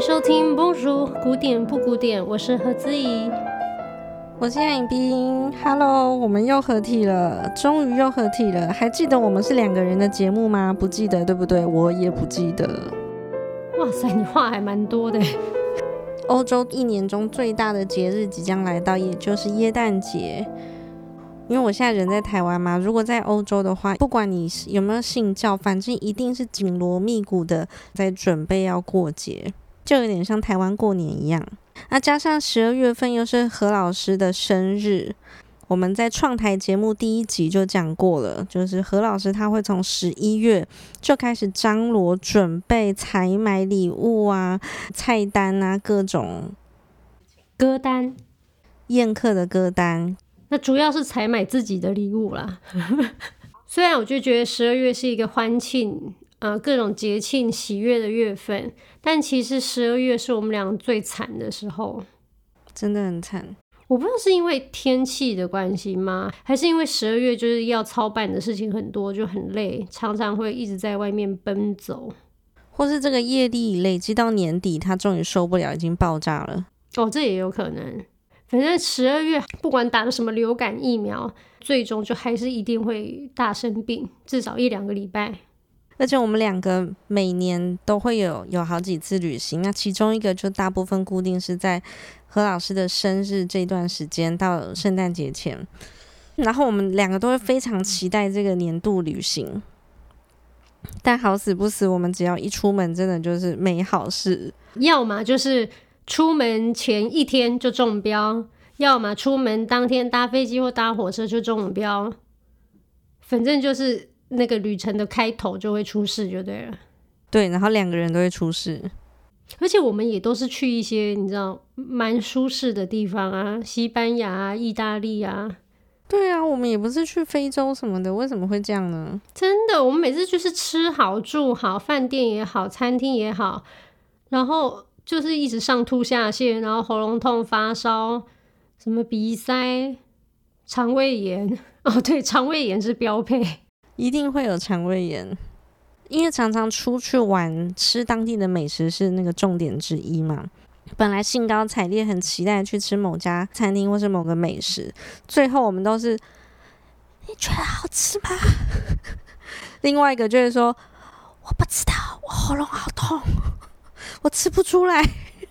迎收听 Bonjour 古典不古典，我是何姿怡， 我是杨颖彬。 Hello， 我们又合体了，终于又合体了。还记得我们是2个人的节目吗？不记得对不对？我也不记得。 哇塞，你话还蛮多的。 欧洲一年中最大的节日即将来到，也就是耶诞节。因为我现在人在台湾嘛，如果在欧洲的话，不管你有没有信教，反正一定是紧锣密鼓的在准备要过节，就有点像台湾过年一样。那加上12月份又是何老师的生日，我们在创台节目第1集就讲过了，就是何老师他会从11月就开始张罗准备采买礼物啊、菜单啊、各种歌单， 宴客的歌单。 那主要是采买自己的礼物啦。虽然我就觉得12月是一个欢庆各种节庆喜悦的月份，但其实12月是我们俩最惨的时候， 真的很惨。 我不知道是因为天气的关系吗，还是因为12月就是要操办的事情很多，就很累，常常会一直在外面奔走， 或是这个业力累积到年底，他终于受不了，已经爆炸了。 这也有可能。反正12月不管打了什么流感疫苗，最终就还是一定会大生病，至少1-2个礼拜。 而且我们2个每年都会有好几次旅行，那其中一个就大部分固定是在何老师的生日这段时间到圣诞节前，然后我们2个都会非常期待这个年度旅行。但好死不死，我们只要一出门，真的就是没好事， 要么就是出门前1天就中标，要么出门当天搭飞机或搭火车就中标，反正就是那个旅程的开头就会出事就对了。 对，然后2个人都会出事。 而且我们也都是去一些你知道蛮舒适的地方啊，西班牙啊、意大利啊。 对啊，我们也不是去非洲什么的，为什么会这样呢？ 真的，我们每次就是吃好住好，饭店也好，餐厅也好，然后就是一直上吐下泻，然后喉咙痛、发烧，什么鼻塞、肠胃炎。对，肠胃炎是标配， 一定会有肠胃炎，因为常常出去玩，吃当地的美食是那个重点之一嘛。本来兴高采烈很期待去吃某家餐厅或是某个美食，最后我们都是你觉得好吃吗？另外一个就会说我不知道，我喉咙好痛，我吃不出来。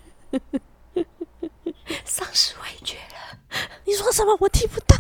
丧失味觉了。 你说什么？我听不到。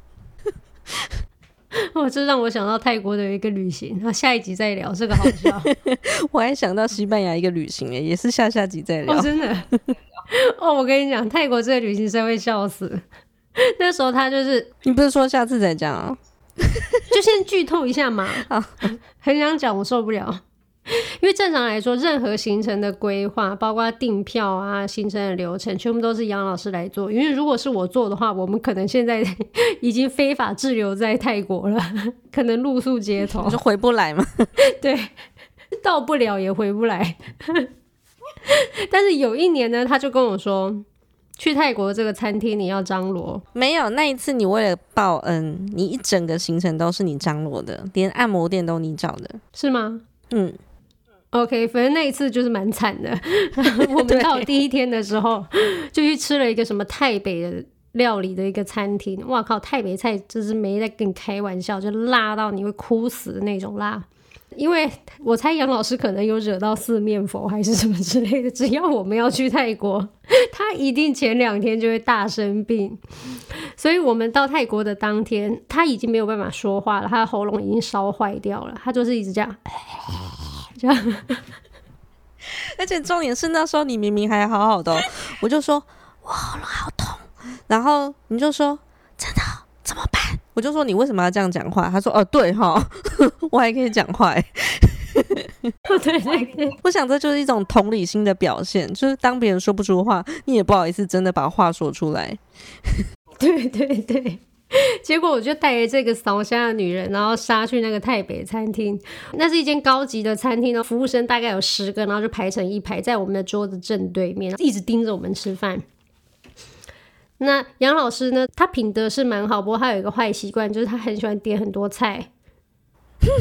这让我想到泰国的一个旅行，下一集再聊，这个好笑。 我还想到西班牙一个旅行，也是下集再聊。 真的。我跟你讲，泰国这个旅行社会笑死。那时候他就是你不是说下次再讲啊？ 就先剧透一下嘛。很想讲，我受不了。因为正常来说，任何行程的规划，包括订票啊、行程的流程，全部都是杨老师来做。因为如果是我做的话，我们可能现在已经非法滞留在泰国了，可能露宿街头， 就回不来嘛。 对，到不了也回不来。但是有一年呢，他就跟我说，去泰国这个餐厅你要张罗。 没有，那一次你为了报恩，你一整个行程都是你张罗的，连按摩店都你找的。 是吗？OK， 反正那一次就是蛮惨的。我们到第1天的时候就去吃了一个什么泰北的料理的一个餐厅。哇靠，泰北菜就是没在跟你开玩笑，就辣到你会哭死的那种辣。因为我猜杨老师可能有惹到四面佛还是什么之类的，只要我们要去泰国，他一定前2天就会大生病。所以我们到泰国的当天，他已经没有办法说话了，他的喉咙已经烧坏掉了，他就是一直这样而且重点是那时候你明明还好好的我就说我喉咙好痛，然后你就说真的怎么办？我就说你为什么要这样讲话？他说对齁我还可以讲话对， 我想这就是一种同理心的表现，就是当别人说不出话，你也不好意思真的把话说出来。 对，结果我就带着这个扫瞎的女人，然后杀去那个泰北餐厅。那是一间高级的餐厅，服务生大概有10个，然后就排成一排在我们的桌子正对面，一直盯着我们吃饭。那杨老师呢，他品德是蛮好，不过他有一个坏习惯，就是他很喜欢点很多菜。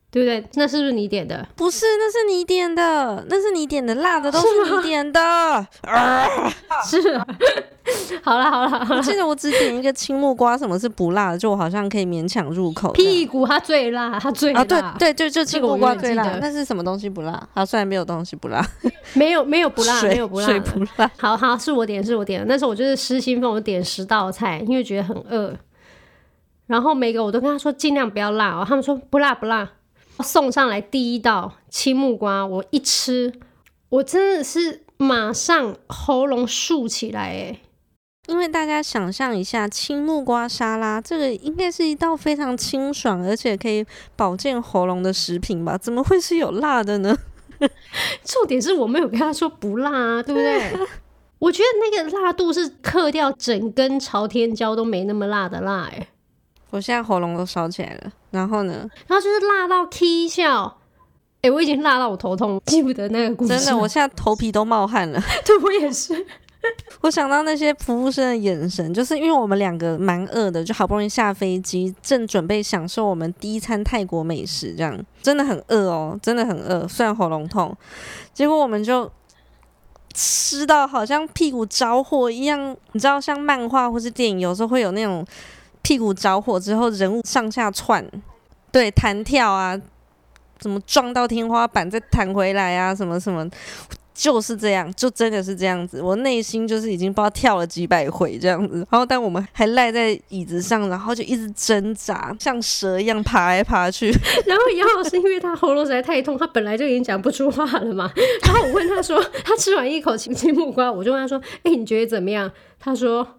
对不对？那是不是你点的？ 不是，那是你点的，那是你点的，辣的都是你点的。 是啊，好啦好啦好啦， 我记得我只点一个青木瓜，什么是不辣的，就我好像可以勉强入口。 屁股它最辣，它最辣。 对，就青木瓜最辣。那是什么东西不辣？好，虽然没有东西不辣， 没有不辣，没有不辣， 水不辣。 好，是我点的。那时候我就是失心疯，我点10道菜，因为觉得很饿。然后每个我都跟他说尽量不要辣哦，他们说不辣。送上来第一道青木瓜，我一吃，我真的是马上喉咙竖起来耶。 因为大家想象一下，青木瓜沙拉这个应该是一道非常清爽而且可以保健喉咙的食品吧？怎么会是有辣的呢？ 重点是我没有跟他说不辣啊，对不对？我觉得那个辣度是克掉整根朝天椒都没那么辣的辣耶。 我现在喉咙都烧起来了，然后呢？ 然后就是辣到起笑，我已经辣到我头痛，记不得那个故事。 真的，我现在头皮都冒汗了。 对，我也是。 我想到那些服务生的眼神，就是因为我们2个蛮饿的，就好不容易下飞机，正准备享受我们第一餐泰国美食，这样真的很饿哦，真的很饿，虽然喉咙痛，结果我们就吃到好像屁股着火一样。你知道，像漫画或是电影，有时候会有那种屁股着火之后人物上下窜，对，弹跳啊，怎么撞到天花板再弹回来啊，什么什么。就是这样，就真的是这样子。我内心就是已经不知道跳了几百回这样子，然后但我们还赖在椅子上，然后就一直挣扎，像蛇一样爬来爬去。 然后杨老师因为他喉咙实在太痛，他本来就已经讲不出话了嘛。然后我问他说，他吃完一口青木瓜，我就问他说：“你觉得怎么样？”他说：“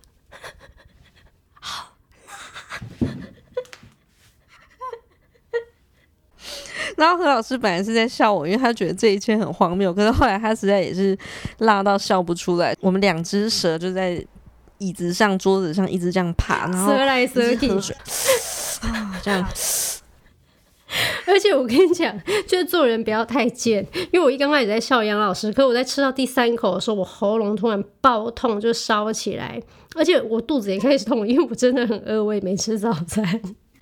好辣。” 然后何老师本来是在笑我，因为他觉得这一切很荒谬，可是后来他实在也是辣到笑不出来。我们2只蛇就在椅子上、桌子上一直这样爬，然后蛇来蛇去， 这样。 而且我跟你讲，就是做人不要太贱，因为我一刚开始在笑杨老师，可我在吃到第3口的时候，我喉咙突然爆痛，就烧起来，而且我肚子也开始痛，因为我真的很饿，我也没吃早餐。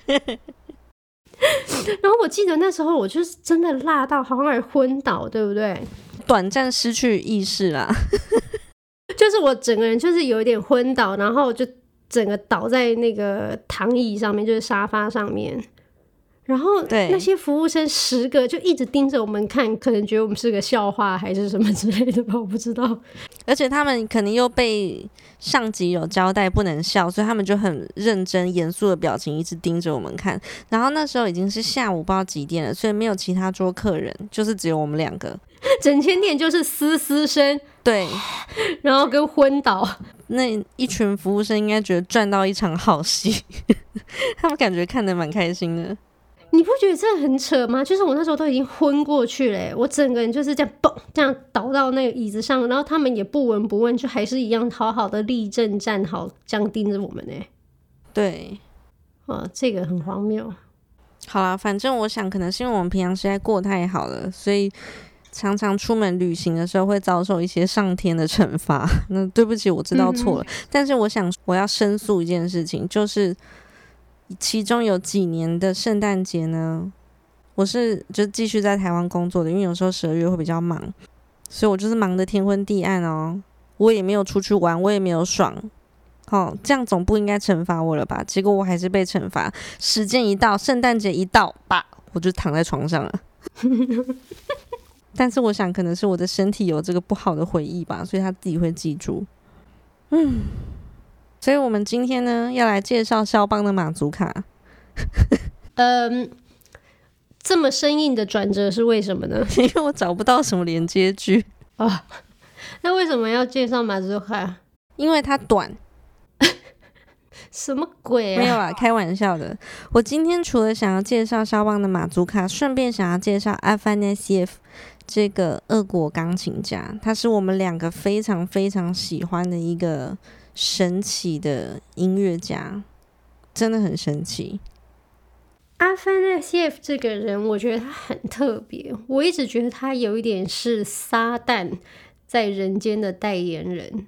然后我记得那时候我就是真的辣到好像还昏倒，对不对？ 短暂失去意识啦。 就是我整个人就是有一点昏倒，然后就整个倒在那个躺椅上面，就是沙发上面。然后那些服务生10个就一直盯着我们看，可能觉得我们是个笑话还是什么之类的吧，我不知道。 而且他们可能又被上级有交代不能笑，所以他们就很认真严肃的表情一直盯着我们看。然后那时候已经是下午不知道几点了，所以没有其他桌客人，就是只有我们2个， 整间店就是嘶声， 对， 然后跟昏倒。 那一群服务生应该觉得赚到一场好戏。他们感觉看得蛮开心的。 你不觉得这很扯吗？就是我那时候都已经昏过去了，我整个人就是这样蹦，这样倒到那个椅子上，然后他们也不闻不问，就还是一样好好的立正站好，这样盯着我们呢。 对， 这个很荒谬。 好啦，反正我想可能是因为我们平常实在过太好了，所以常常出门旅行的时候会遭受一些上天的惩罚。那对不起，我知道错了，但是我想我要申诉一件事情，就是其中有几年的圣诞节呢，我是就继续在台湾工作的，因为有时候12月会比较忙，所以我就是忙得天昏地暗哦，我也没有出去玩，我也没有爽。这样总不应该惩罚我了吧？结果我还是被惩罚。时间一到，圣诞节一到，吧，我就躺在床上了。但是我想可能是我的身体有这个不好的回忆吧，所以他自己会记住。所以我们今天呢要来介绍肖邦的马祖卡。 这么生硬的转折是为什么呢？ 因为我找不到什么连接句。 那为什么要介绍马祖卡？ 因为它短。 什么鬼啊？ 没有啦，开玩笑的。我今天除了想要介绍肖邦的马祖卡，顺便想要介绍阿凡涅西耶夫这个俄国钢琴家，他是我们2个非常非常喜欢的一个神奇的音乐家，真的很神奇。 阿凡涅西耶夫这个人，我觉得他很特别，我一直觉得他有一点是撒旦在人间的代言人。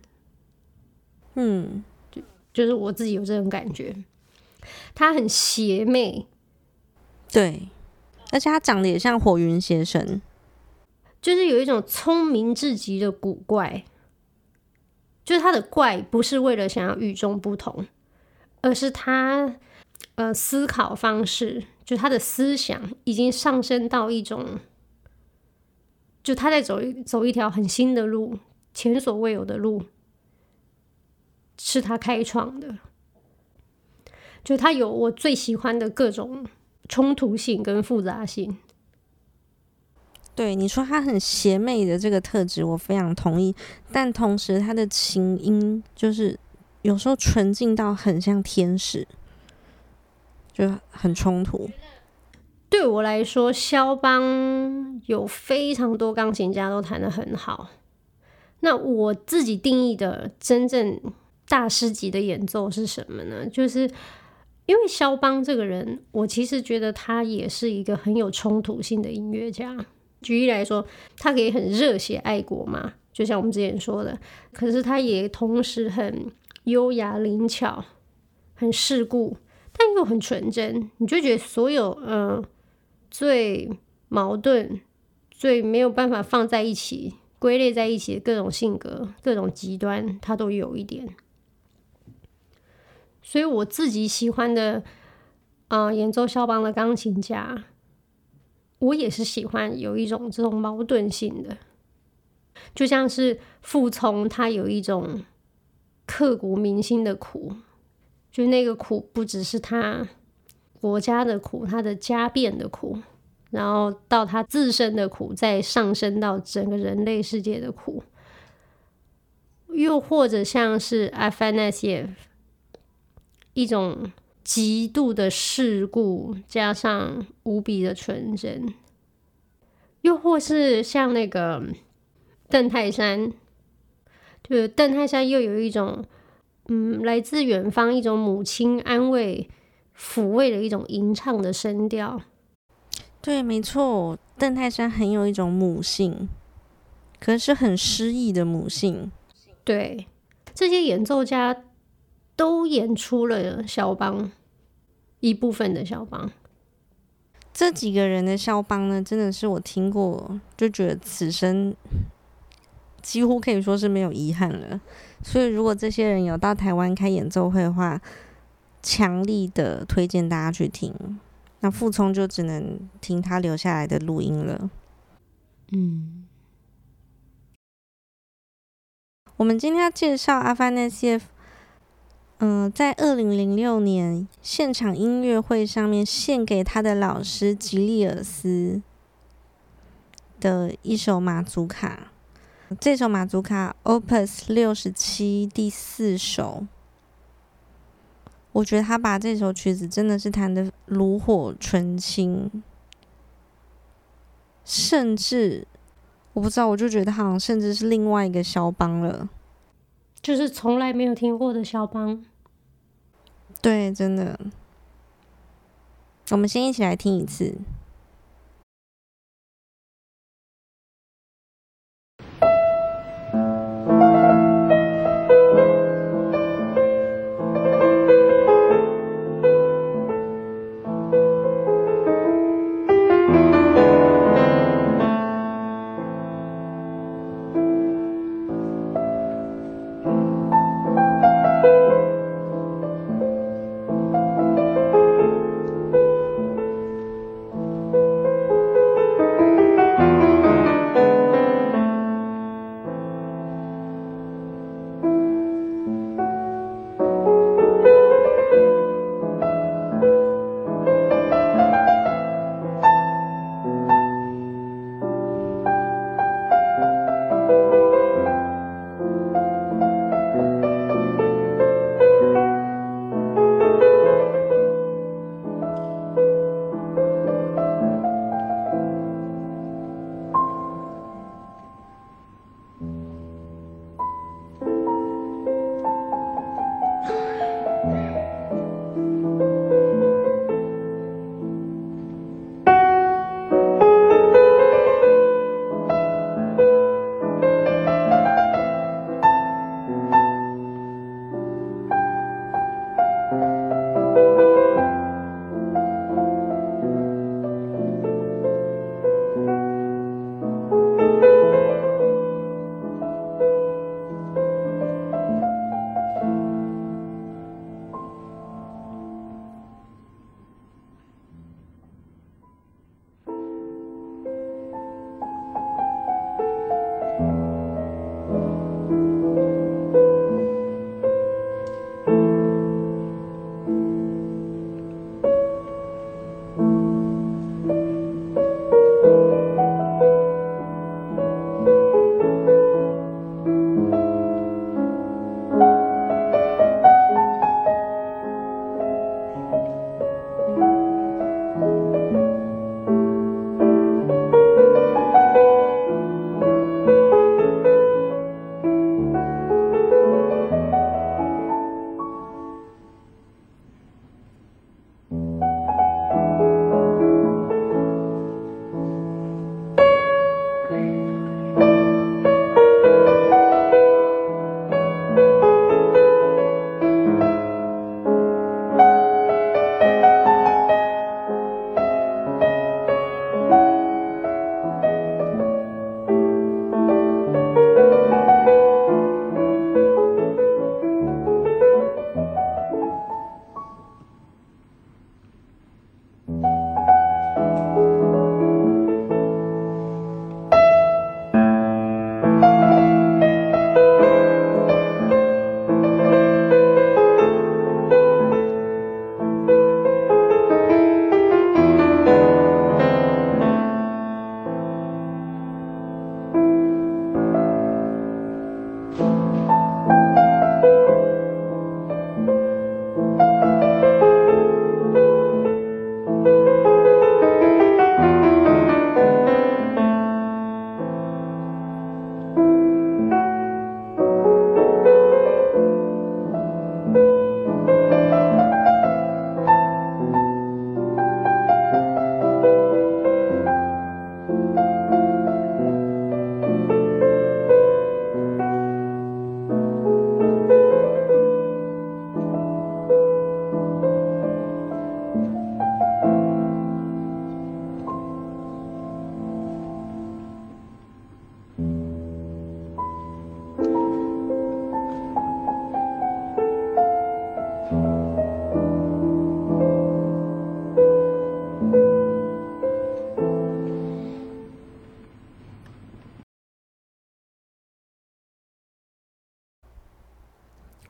就是我自己有这种感觉，他很邪魅， 对， 而且他长得也像火云邪神， 就是有一种聪明至极的古怪。就是他的怪不是为了想要与众不同，而是他思考方式，就他的思想已经上升到一种，就他在走一条很新的路，前所未有的路，是他开创的。就他有我最喜欢的各种冲突性跟复杂性。 对，你说他很邪魅的这个特质我非常同意，但同时他的琴音就是有时候纯净到很像天使，就很冲突。 对我来说，肖邦有非常多钢琴家都弹得很好。那我自己定义的真正大师级的演奏是什么呢？就是因为肖邦这个人，我其实觉得他也是一个很有冲突性的音乐家。举例来说，他可以很热血爱国嘛，就像我们之前说的，可是他也同时很优雅灵巧，很世故，但又很纯真。你就觉得所有最矛盾、最没有办法放在一起、归类在一起的各种性格、各种极端，他都有一点。所以我自己喜欢的演奏肖邦的钢琴家，我也是喜欢有一种这种矛盾性的，就像是傅聪，他有一种刻骨铭心的苦，就那个苦不只是他国家的苦，他的家变的苦，然后到他自身的苦，再上升到整个人类世界的苦。又或者像是阿凡纳西耶夫，一种极度的世故加上无比的纯真。又或是像那个邓泰山，就是邓泰山又有一种来自远方一种母亲安慰抚慰的一种吟唱的声调。 对，没错，邓泰山很有一种母性，可是很诗意的母性。 对，这些演奏家都演出了肖邦一部分的肖邦。 这几个人的肖邦呢，真的是我听过就觉得此生几乎可以说是没有遗憾了。所以如果这些人有到台湾开演奏会的话，强力的推荐大家去听。那傅聪就只能听他留下来的录音了。我们今天要介绍阿凡纳西耶夫在2006年现场音乐会上面献给他的老师吉利尔斯的一首马祖卡。这首马祖卡 Opus 67第4首，我觉得他把这首曲子真的是弹得炉火纯青，甚至我不知道，我就觉得他好像甚至是另外一个肖邦了， 就是从来没有听过的肖邦。 对，真的。我们先一起来听一次。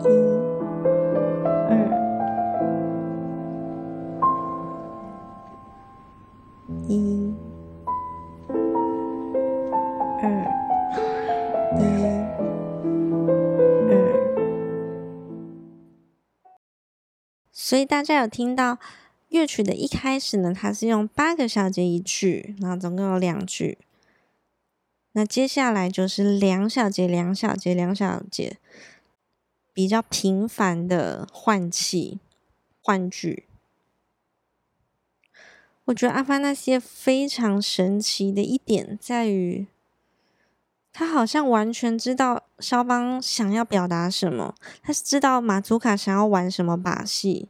1 所以大家有听到乐曲的一开始呢，它是用8个小节一句，然后总共有2句。那接下来就是2小节、2小节、2小节，比较频繁的换气、换句。我觉得阿凡纳西耶非常神奇的一点在于，他好像完全知道肖邦想要表达什么，他是知道马祖卡想要玩什么把戏，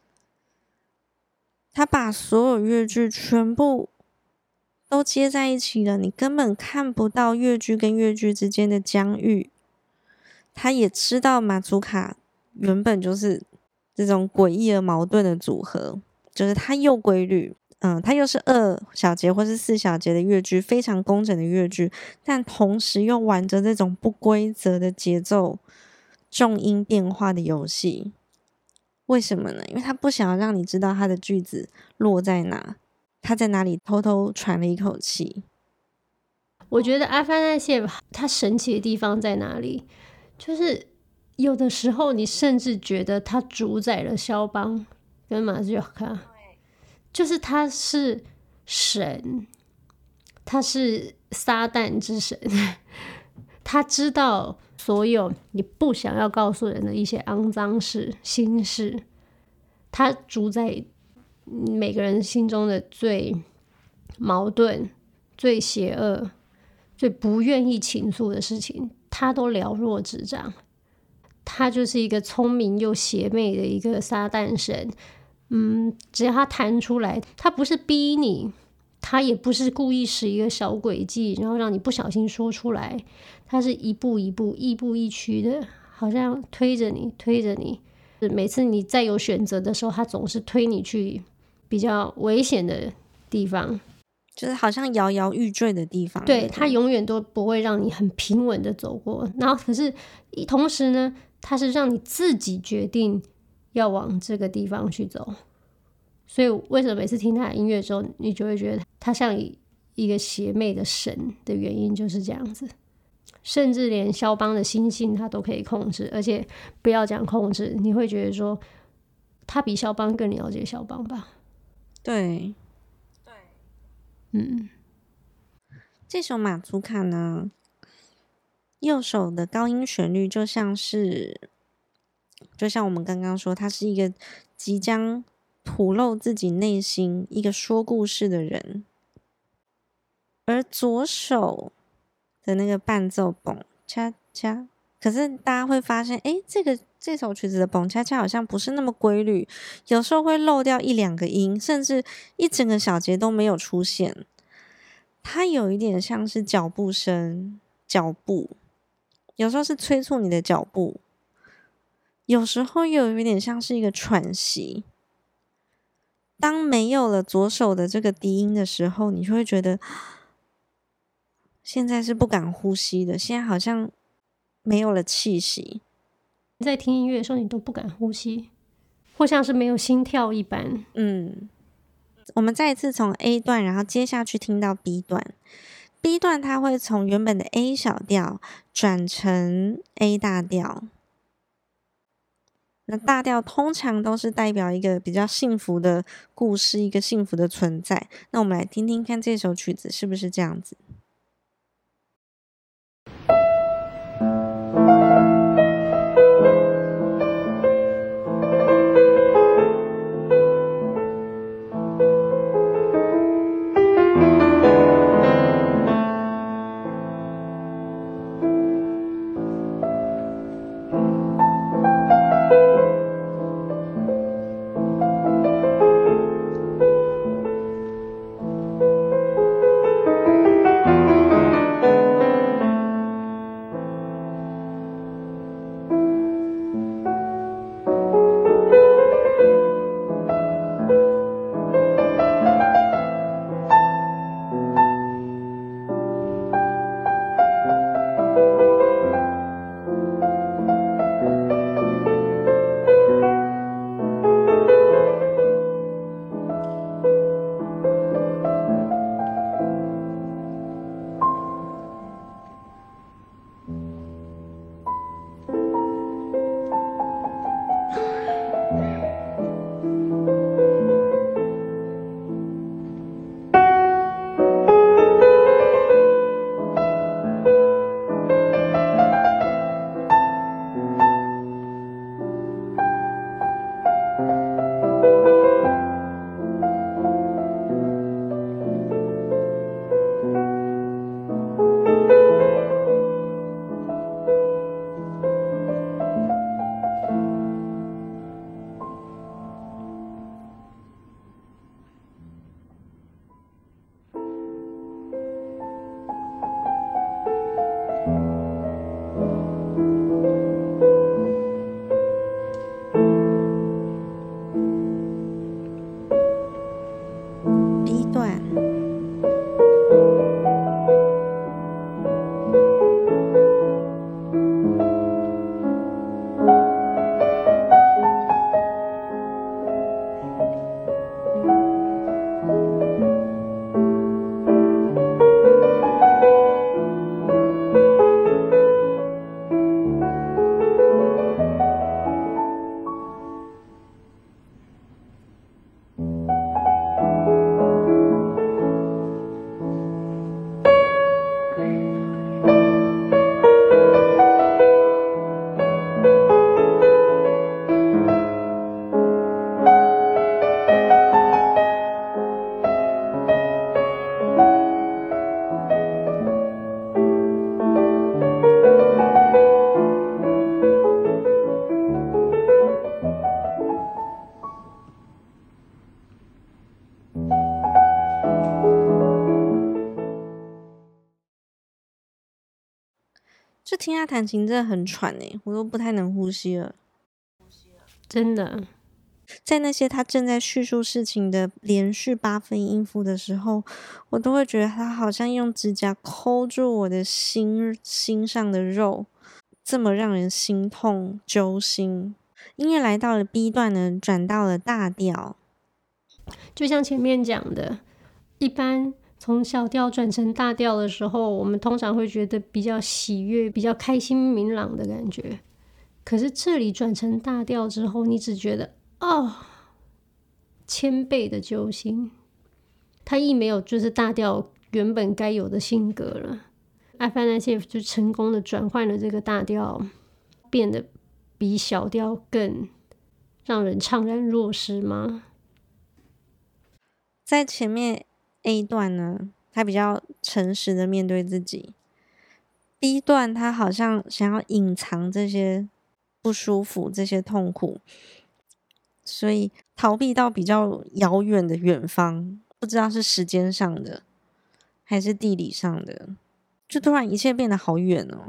他把所有乐句全部都接在一起了，你根本看不到乐句跟乐句之间的疆域。他也知道马祖卡原本就是这种诡异而矛盾的组合，就是它又规律，它又是2小节或是4小节的乐句，非常工整的乐句，但同时又玩着这种不规则的节奏、重音变化的游戏。为什么呢？因为他不想要让你知道他的句子落在哪，他在哪里偷偷喘了一口气。 我觉得阿凡纳西耶他神奇的地方在哪里？就是有的时候你甚至觉得他主宰了肖邦跟马祖卡，就是他是神，他是撒旦之神，他知道所有你不想要告诉人的一些肮脏事、心事，他主宰每个人心中的最矛盾、最邪恶、最不愿意倾诉的事情，他都了若指掌。他就是一个聪明又邪魅的一个撒旦神。只要他弹出来，他不是逼你，他也不是故意使一个小诡计，然后让你不小心说出来，他是一步一步、亦步亦趋的，好像推着你。每次你在有选择的时候，他总是推你去比较危险的地方， 就是好像摇摇欲坠的地方。 对，他永远都不会让你很平稳的走过。然后可是同时呢，他是让你自己决定要往这个地方去走。所以为什么每次听他的音乐之后，你就会觉得他像一个邪魅的神的原因就是这样子。甚至连肖邦的心性他都可以控制，而且不要讲控制，你会觉得说他比肖邦更了解肖邦吧？ 对，这首马祖卡呢，右手的高音旋律就像我们刚刚说，他是一个即将吐露自己内心一个说故事的人，而左手的那个伴奏蹦恰恰，可是大家会发现，这首曲子的蹦恰恰好像不是那么规律，有时候会漏掉1-2个音，甚至一整个小节都没有出现。它有一点像是脚步声，有时候是催促你的脚步，有时候又有一点像是一个喘息。当没有了左手的这个低音的时候，你就会觉得现在是不敢呼吸的，现在好像没有了气息。 在听音乐的时候，你都不敢呼吸，或像是没有心跳一般。 我们再一次从 A 段，然后接下去听到 B 段。B 段它会从原本的 A 小调转成 A 大调。那大调通常都是代表一个比较幸福的故事，一个幸福的存在。那我们来听听看这首曲子是不是这样子。 听他弹琴真的很喘我都不太能呼吸了。 真的， 在那些他正在叙述事情的连续8分音符的时候，我都会觉得他好像用指甲抠住我的心上的肉，这么让人心痛揪心。音乐来到了 B 段呢，转到了大调， 就像前面讲的，一般从小调转成大调的时候，我们通常会觉得比较喜悦、比较开心明朗的感觉。可是这里转成大调之后，你只觉得千倍的揪心。他一没有就是大调原本该有的性格了，阿凡纳谢夫就成功的转换了这个大调，变得比小调更让人怅然若失吗？ 在前面 A 段呢，他比较诚实的面对自己。B 段他好像想要隐藏这些不舒服、这些痛苦，所以逃避到比较遥远的远方，不知道是时间上的还是地理上的，就突然一切变得好远哦。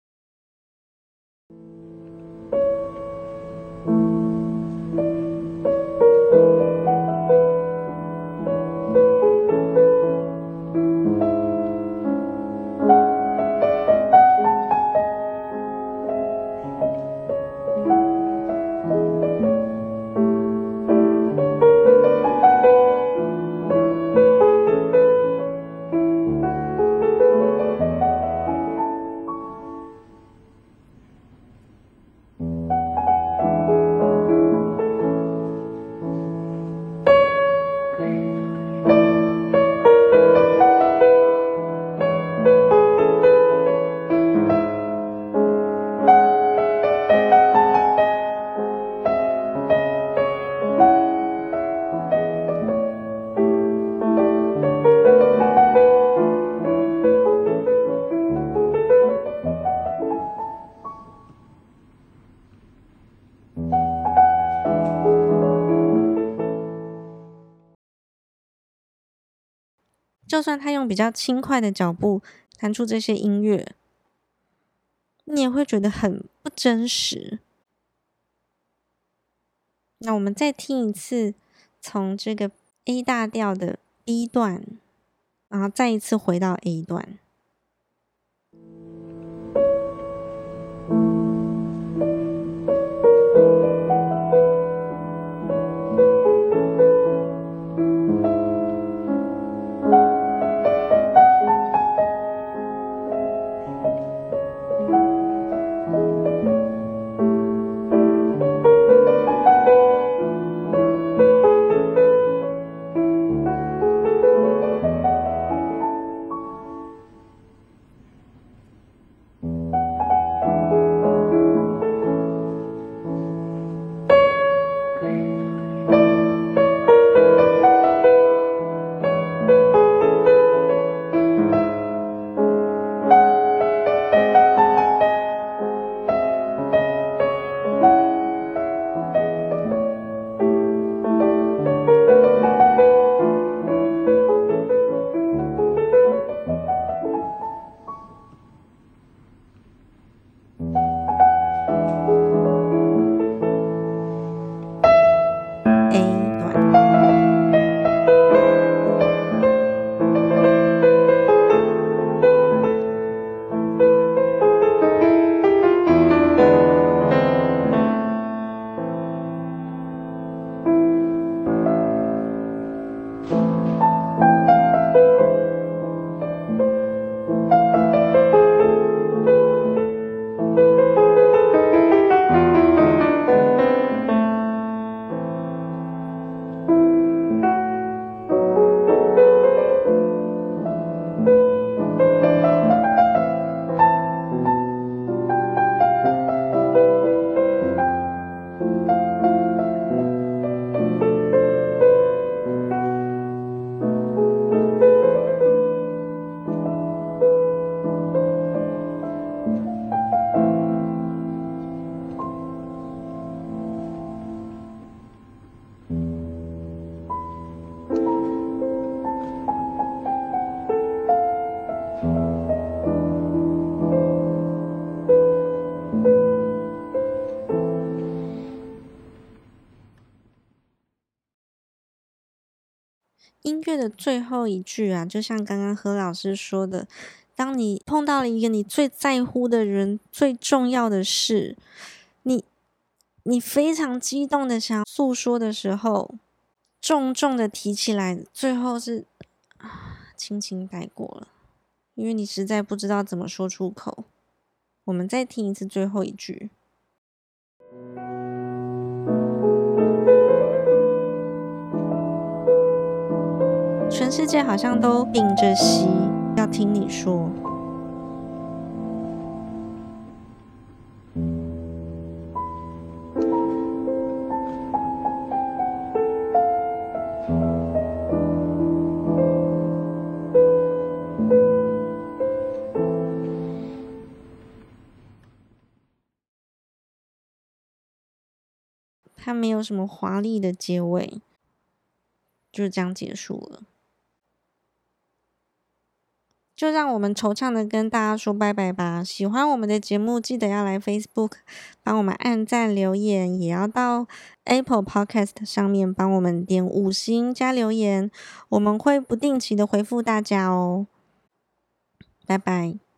就算他用比较轻快的脚步弹出这些音乐，你也会觉得很不真实。那我们再听一次，从这个 A 大调的 B 段，然后再一次回到 A 段。 音乐的最后一句啊，就像刚刚何老师说的，当你碰到了一个你最在乎的人，最重要的事，你非常激动的想诉说的时候，重重的提起来，最后是轻轻带过了，因为你实在不知道怎么说出口。我们再听一次最后一句。全世界好像都屏着息，要听你说。它没有什么华丽的结尾，就这样结束了。就让我们惆怅的跟大家说拜拜吧。喜欢我们的节目，记得要来 Facebook 帮我们按赞留言，也要到 Apple Podcast 上面帮我们点5星加留言，我们会不定期的回复大家哦。拜拜。